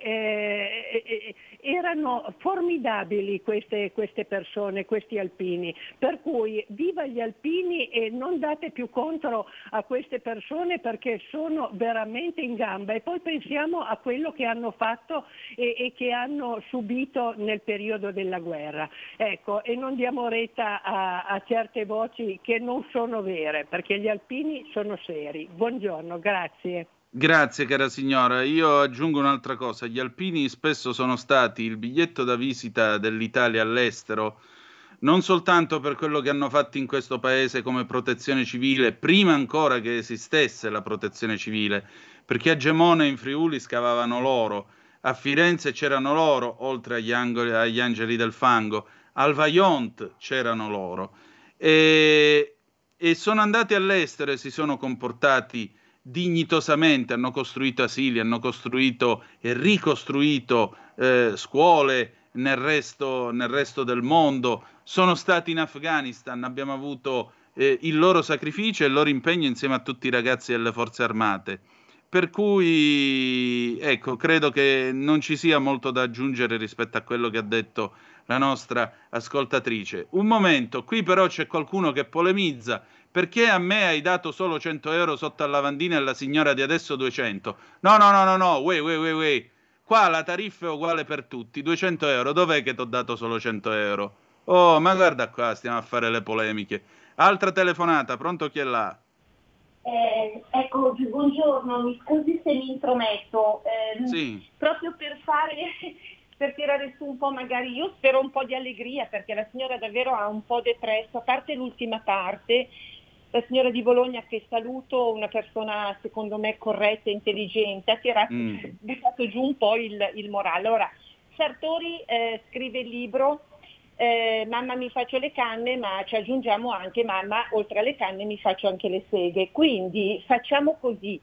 che erano formidabili queste persone, questi alpini, per cui viva gli alpini e non date più contro a queste persone perché sono veramente in gamba, e poi pensiamo a quello che hanno fatto e che hanno subito nel periodo della guerra. Ecco, e non diamo retta a certe voci che non sono vere, perché gli alpini sono seri. Buongiorno, grazie. Grazie cara signora, io aggiungo un'altra cosa, gli alpini spesso sono stati il biglietto da visita dell'Italia all'estero, non soltanto per quello che hanno fatto in questo paese come protezione civile, prima ancora che esistesse la protezione civile, perché a Gemona in Friuli scavavano l'oro, a Firenze c'erano loro, oltre agli angeli del fango, al Vajont c'erano loro, e sono andati all'estero e si sono comportati dignitosamente, hanno costruito asili, hanno costruito e ricostruito scuole nel resto del mondo, sono stati in Afghanistan, abbiamo avuto il loro sacrificio e il loro impegno insieme a tutti i ragazzi delle forze armate, per cui ecco, credo che non ci sia molto da aggiungere rispetto a quello che ha detto la nostra ascoltatrice. Un momento, qui però c'è qualcuno che polemizza. Perché a me hai dato solo 100 euro sotto al lavandino e alla signora di adesso 200? No, wait. Qua la tariffa è uguale per tutti, 200 euro, dov'è che ti ho dato solo 100 euro? Oh, ma guarda qua, stiamo a fare le polemiche. Altra telefonata, pronto, chi è là? Ecco, buongiorno, mi scusi se mi intrometto. Sì. Proprio per tirare su un po', magari io spero un po' di allegria, perché la signora davvero ha un po' depresso, a parte l'ultima parte. La signora di Bologna, che saluto, una persona secondo me corretta e intelligente, ha buttato giù un po' il morale. Ora, Sartori scrive il libro Mamma mi faccio le canne, ma ci aggiungiamo anche mamma, oltre alle canne mi faccio anche le seghe. Quindi facciamo così,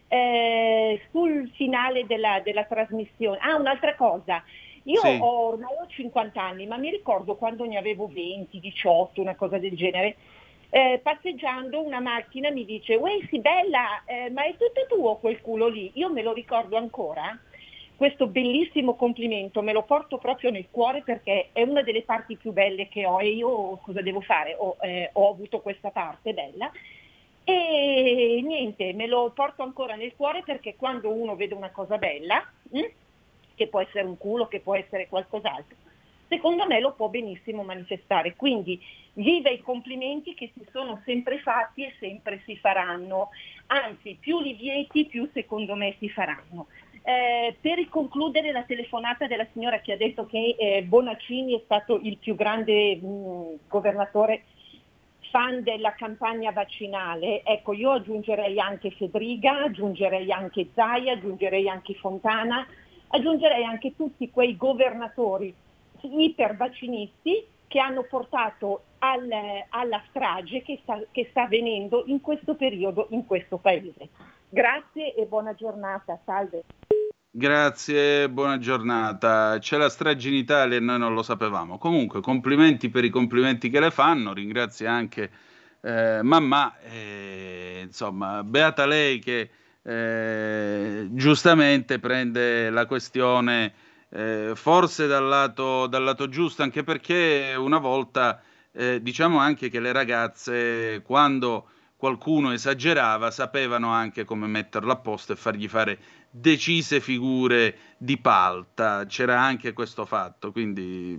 sul finale della trasmissione. Un'altra cosa. Io Sì. ormai ho 50 anni, ma mi ricordo quando ne avevo 20, 18, una cosa del genere. Passeggiando una macchina mi dice: uè, sì bella, ma è tutto tuo quel culo lì? Io me lo ricordo ancora, questo bellissimo complimento, me lo porto proprio nel cuore perché è una delle parti più belle che ho, e io cosa devo fare? Ho avuto questa parte bella e niente, me lo porto ancora nel cuore, perché quando uno vede una cosa bella, che può essere un culo, che può essere qualcos'altro, secondo me lo può benissimo manifestare. Quindi viva i complimenti che si sono sempre fatti e sempre si faranno, anzi più li vieti più secondo me si faranno. Per concludere la telefonata della signora che ha detto che Bonaccini è stato il più grande governatore fan della campagna vaccinale, ecco, io aggiungerei anche Fedriga, aggiungerei anche Zaia, aggiungerei anche Fontana, aggiungerei anche tutti quei governatori ipervaccinisti che hanno portato alla strage che sta avvenendo in questo periodo in questo paese. Grazie e buona giornata, salve. Grazie, buona giornata. C'è la strage in Italia e noi non lo sapevamo. Comunque, complimenti per i complimenti che le fanno. Ringrazio anche Mamma. Insomma, beata lei che giustamente prende la questione forse dal lato giusto, anche perché una volta diciamo anche che le ragazze, quando qualcuno esagerava, sapevano anche come metterlo a posto e fargli fare decise figure di palta. C'era anche questo fatto, quindi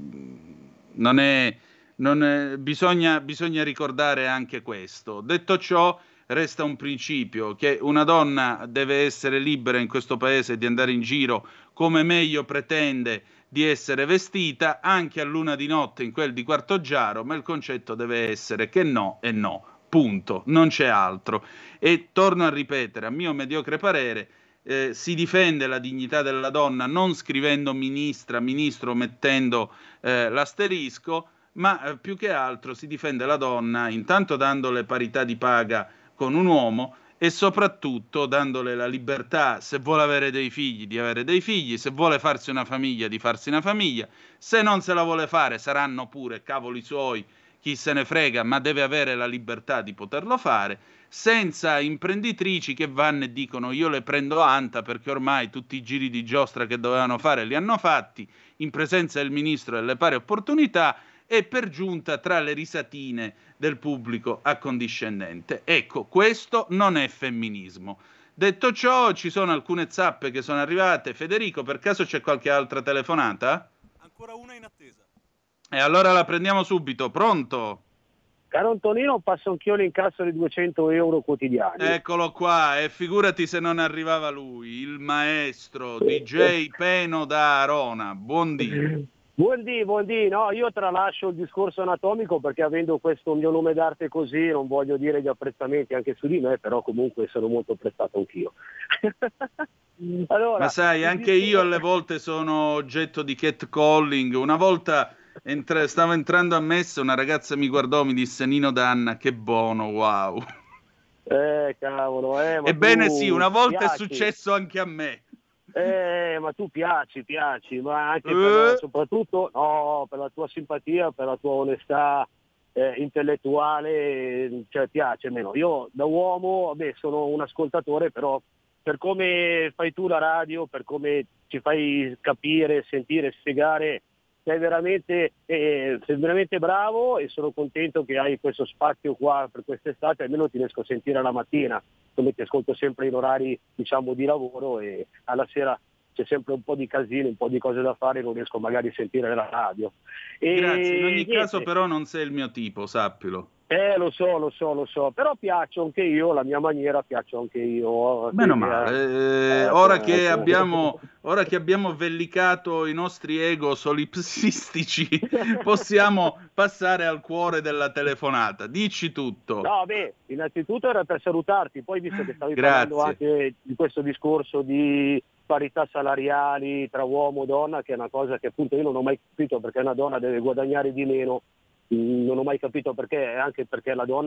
bisogna ricordare anche questo. Detto ciò, resta un principio, che una donna deve essere libera in questo paese di andare in giro come meglio pretende di essere vestita, anche a luna di notte in quel di Quartoggiaro, ma il concetto deve essere che no è no, punto, non c'è altro. E torno a ripetere, a mio mediocre parere, si difende la dignità della donna non scrivendo ministro, mettendo l'asterisco, ma più che altro si difende la donna intanto dandole parità di paga con un uomo e soprattutto dandole la libertà, se vuole avere dei figli, di avere dei figli, se vuole farsi una famiglia, di farsi una famiglia, se non se la vuole fare saranno pure cavoli suoi, chi se ne frega, ma deve avere la libertà di poterlo fare, senza imprenditrici che vanno e dicono io le prendo anta perché ormai tutti i giri di giostra che dovevano fare li hanno fatti in presenza del ministro delle pari opportunità e per giunta tra le risatine del pubblico accondiscendente. Ecco, questo non è femminismo. Detto ciò, ci sono alcune zappe che sono arrivate. Federico, per caso c'è qualche altra telefonata? Ancora una in attesa. E allora la prendiamo subito. Pronto? Caro Antonino, passo anch'io l'incasso di 200 euro quotidiani. Eccolo qua, e figurati se non arrivava lui, il maestro DJ Peno da Arona. Buondì. Buondì, no, io tralascio il discorso anatomico perché avendo questo mio nome d'arte così non voglio dire gli apprezzamenti anche su di me, però comunque sono molto apprezzato anch'io. Allora, ma sai, anche io alle volte sono oggetto di catcalling. Una volta stavo entrando a messa, una ragazza mi guardò, mi disse Nino Danna, che buono, wow. Cavolo, ma ebbene sì, una volta piaci. È successo anche a me. Ma tu piaci, ma anche soprattutto per la tua simpatia, per la tua onestà intellettuale, cioè piace meno. Io da uomo, sono un ascoltatore, però per come fai tu la radio, per come ci fai capire, sentire, spiegare, sei veramente bravo e sono contento che hai questo spazio qua per quest'estate, almeno ti riesco a sentire la mattina, come ti ascolto sempre in orari diciamo di lavoro e alla sera c'è sempre un po' di casino, un po' di cose da fare, non riesco magari a sentire la radio. Grazie, in ogni caso però non sei il mio tipo, sappilo. Lo so, però piaccio anche io, la mia maniera piaccio anche io. Meno male, ora che abbiamo vellicato i nostri ego solipsistici, possiamo passare al cuore della telefonata. Dici tutto. No, innanzitutto era per salutarti, poi visto che stavi parlando anche di questo discorso di parità salariali tra uomo e donna, che è una cosa che appunto io non ho mai capito perché una donna deve guadagnare di meno. Non ho mai capito perché, anche perché la donna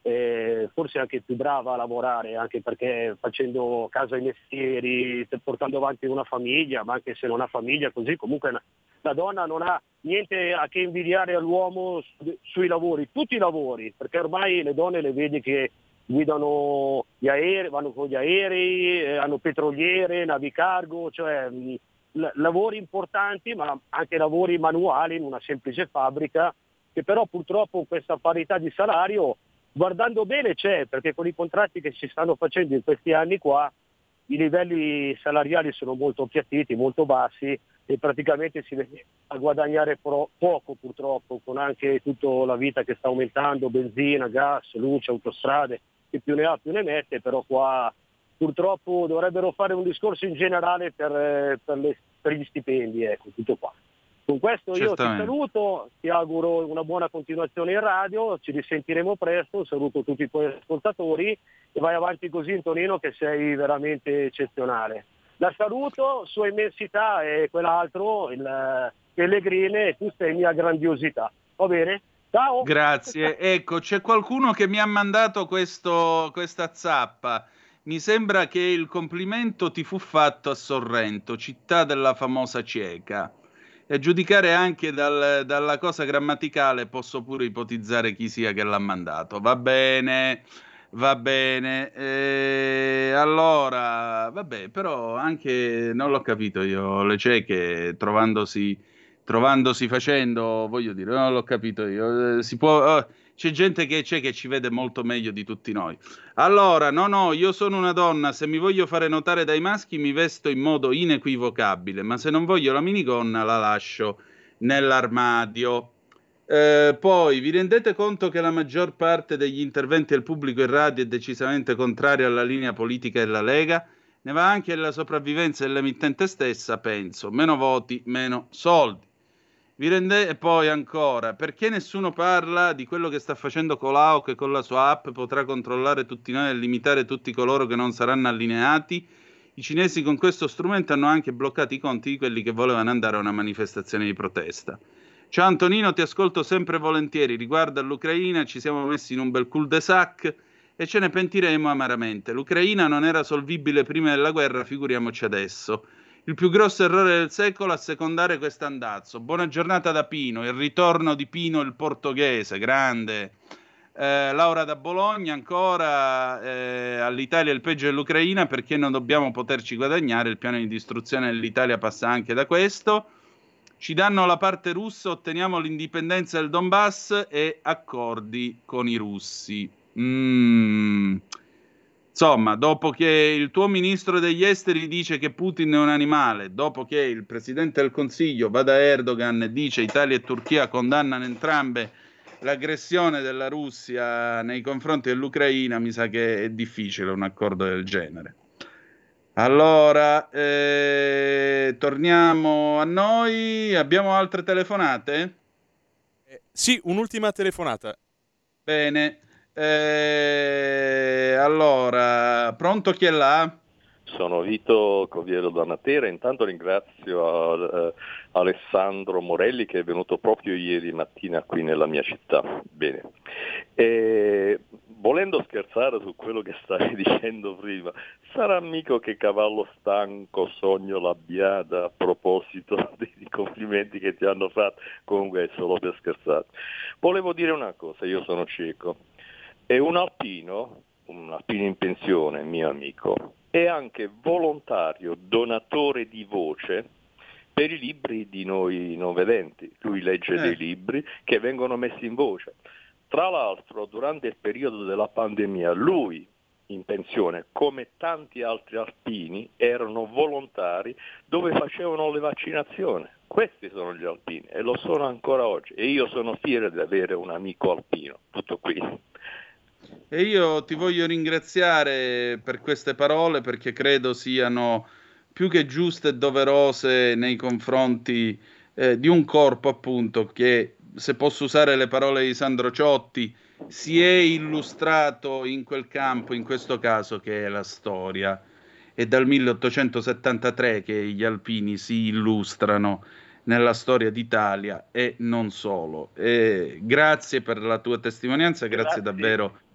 forse anche più brava a lavorare, anche perché facendo casa ai mestieri, portando avanti una famiglia, ma anche se non ha famiglia così, comunque la donna non ha niente a che invidiare all'uomo sui lavori, tutti i lavori, perché ormai le donne le vedi che guidano gli aerei, vanno con gli aerei, hanno petroliere, navi cargo, cioè lavori importanti, ma anche lavori manuali in una semplice fabbrica, che però purtroppo questa parità di salario, guardando bene, c'è, perché con i contratti che si stanno facendo in questi anni qua, i livelli salariali sono molto appiattiti, molto bassi, e praticamente si vede a guadagnare poco purtroppo, con anche tutta la vita che sta aumentando, benzina, gas, luce, autostrade, che più ne ha più ne mette, però qua purtroppo dovrebbero fare un discorso in generale per gli stipendi, ecco, tutto qua. Con questo io ti saluto, ti auguro una buona continuazione in radio, ci risentiremo presto, saluto tutti i tuoi ascoltatori e vai avanti così, Antonino, che sei veramente eccezionale. La saluto, sua immensità e quell'altro, il Pellegrine, e tu sei mia grandiosità. Va bene? Ciao! Grazie. Ecco, c'è qualcuno che mi ha mandato questa zappa. Mi sembra che il complimento ti fu fatto a Sorrento, città della famosa cieca. E a giudicare anche dalla cosa grammaticale posso pure ipotizzare chi sia che l'ha mandato. Va bene. Allora, vabbè, però anche non l'ho capito io, le cieche trovandosi facendo, voglio dire, non l'ho capito io. C'è gente che ci vede molto meglio di tutti noi. Allora, no, io sono una donna, se mi voglio fare notare dai maschi mi vesto in modo inequivocabile, ma se non voglio la minigonna la lascio nell'armadio. Poi vi rendete conto che la maggior parte degli interventi al pubblico in radio è decisamente contraria alla linea politica della Lega? Ne va anche della sopravvivenza dell'emittente stessa, penso. Meno voti, meno soldi. E poi ancora, perché nessuno parla di quello che sta facendo Colau, che con la sua app potrà controllare tutti noi e limitare tutti coloro che non saranno allineati? I cinesi con questo strumento hanno anche bloccato i conti di quelli che volevano andare a una manifestazione di protesta. Ciao Antonino, ti ascolto sempre volentieri. Riguardo all'Ucraina ci siamo messi in un bel cul-de-sac e ce ne pentiremo amaramente. L'Ucraina non era solvibile prima della guerra, figuriamoci adesso. Il più grosso errore del secolo a secondare quest'andazzo. Buona giornata da Pino, il ritorno di Pino il portoghese, grande. Laura da Bologna ancora, all'Italia il peggio dell'Ucraina, perché non dobbiamo poterci guadagnare, il piano di distruzione dell'Italia passa anche da questo. Ci danno la parte russa, otteniamo l'indipendenza del Donbass e accordi con i russi. Insomma, dopo che il tuo ministro degli esteri dice che Putin è un animale, dopo che il presidente del Consiglio va da Erdogan e dice Italia e Turchia condannano entrambe l'aggressione della Russia nei confronti dell'Ucraina, mi sa che è difficile un accordo del genere. Allora, torniamo a noi. Abbiamo altre telefonate? Sì, un'ultima telefonata. Bene. Allora, pronto, chi è là? Sono Vito Coviero da Matera, intanto ringrazio Alessandro Morelli che è venuto proprio ieri mattina qui nella mia città. Bene. Volendo scherzare su quello che stavi dicendo prima, sarà mica che cavallo stanco sogno la biada a proposito dei complimenti che ti hanno fatto? Comunque è solo per scherzare. Volevo dire una cosa, io sono cieco e un alpino in pensione, mio amico, è anche volontario donatore di voce per i libri di noi non vedenti. Lui legge dei libri che vengono messi in voce. Tra l'altro, durante il periodo della pandemia, lui, in pensione, come tanti altri alpini, erano volontari dove facevano le vaccinazioni. Questi sono gli alpini e lo sono ancora oggi. E io sono fiero di avere un amico alpino. Tutto qui. E io ti voglio ringraziare per queste parole, perché credo siano più che giuste e doverose nei confronti di un corpo, appunto, che, se posso usare le parole di Sandro Ciotti, si è illustrato in quel campo, in questo caso che è la storia. È dal 1873 che gli alpini si illustrano nella storia d'Italia e non solo. Grazie per la tua testimonianza, grazie davvero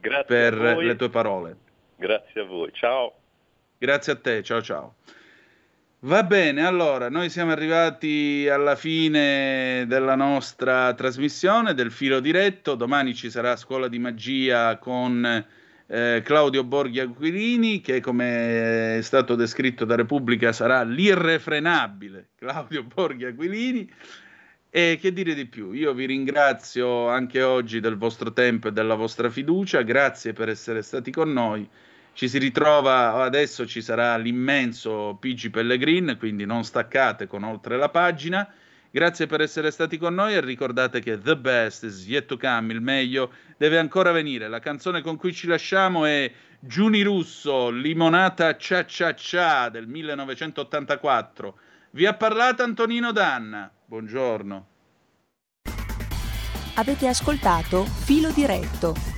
Grazie per a voi. le tue parole. Grazie a voi, ciao. Grazie a te, ciao ciao. Va bene, allora, noi siamo arrivati alla fine della nostra trasmissione, del filo diretto. Domani ci sarà Scuola di Magia con Claudio Borghi Aquilini, che come è stato descritto da Repubblica sarà l'irrefrenabile Claudio Borghi Aquilini. E che dire di più? Io vi ringrazio anche oggi del vostro tempo e della vostra fiducia, grazie per essere stati con noi. Ci si ritrova, adesso ci sarà l'immenso PG Pellegrin, quindi non staccate con Oltre la Pagina. Grazie per essere stati con noi e ricordate che the best is yet to come, il meglio deve ancora venire. La canzone con cui ci lasciamo è Giuni Russo, Limonata Cia Cia Cia del 1984. Vi ha parlato Antonino Danna. Buongiorno. Avete ascoltato Filo Diretto.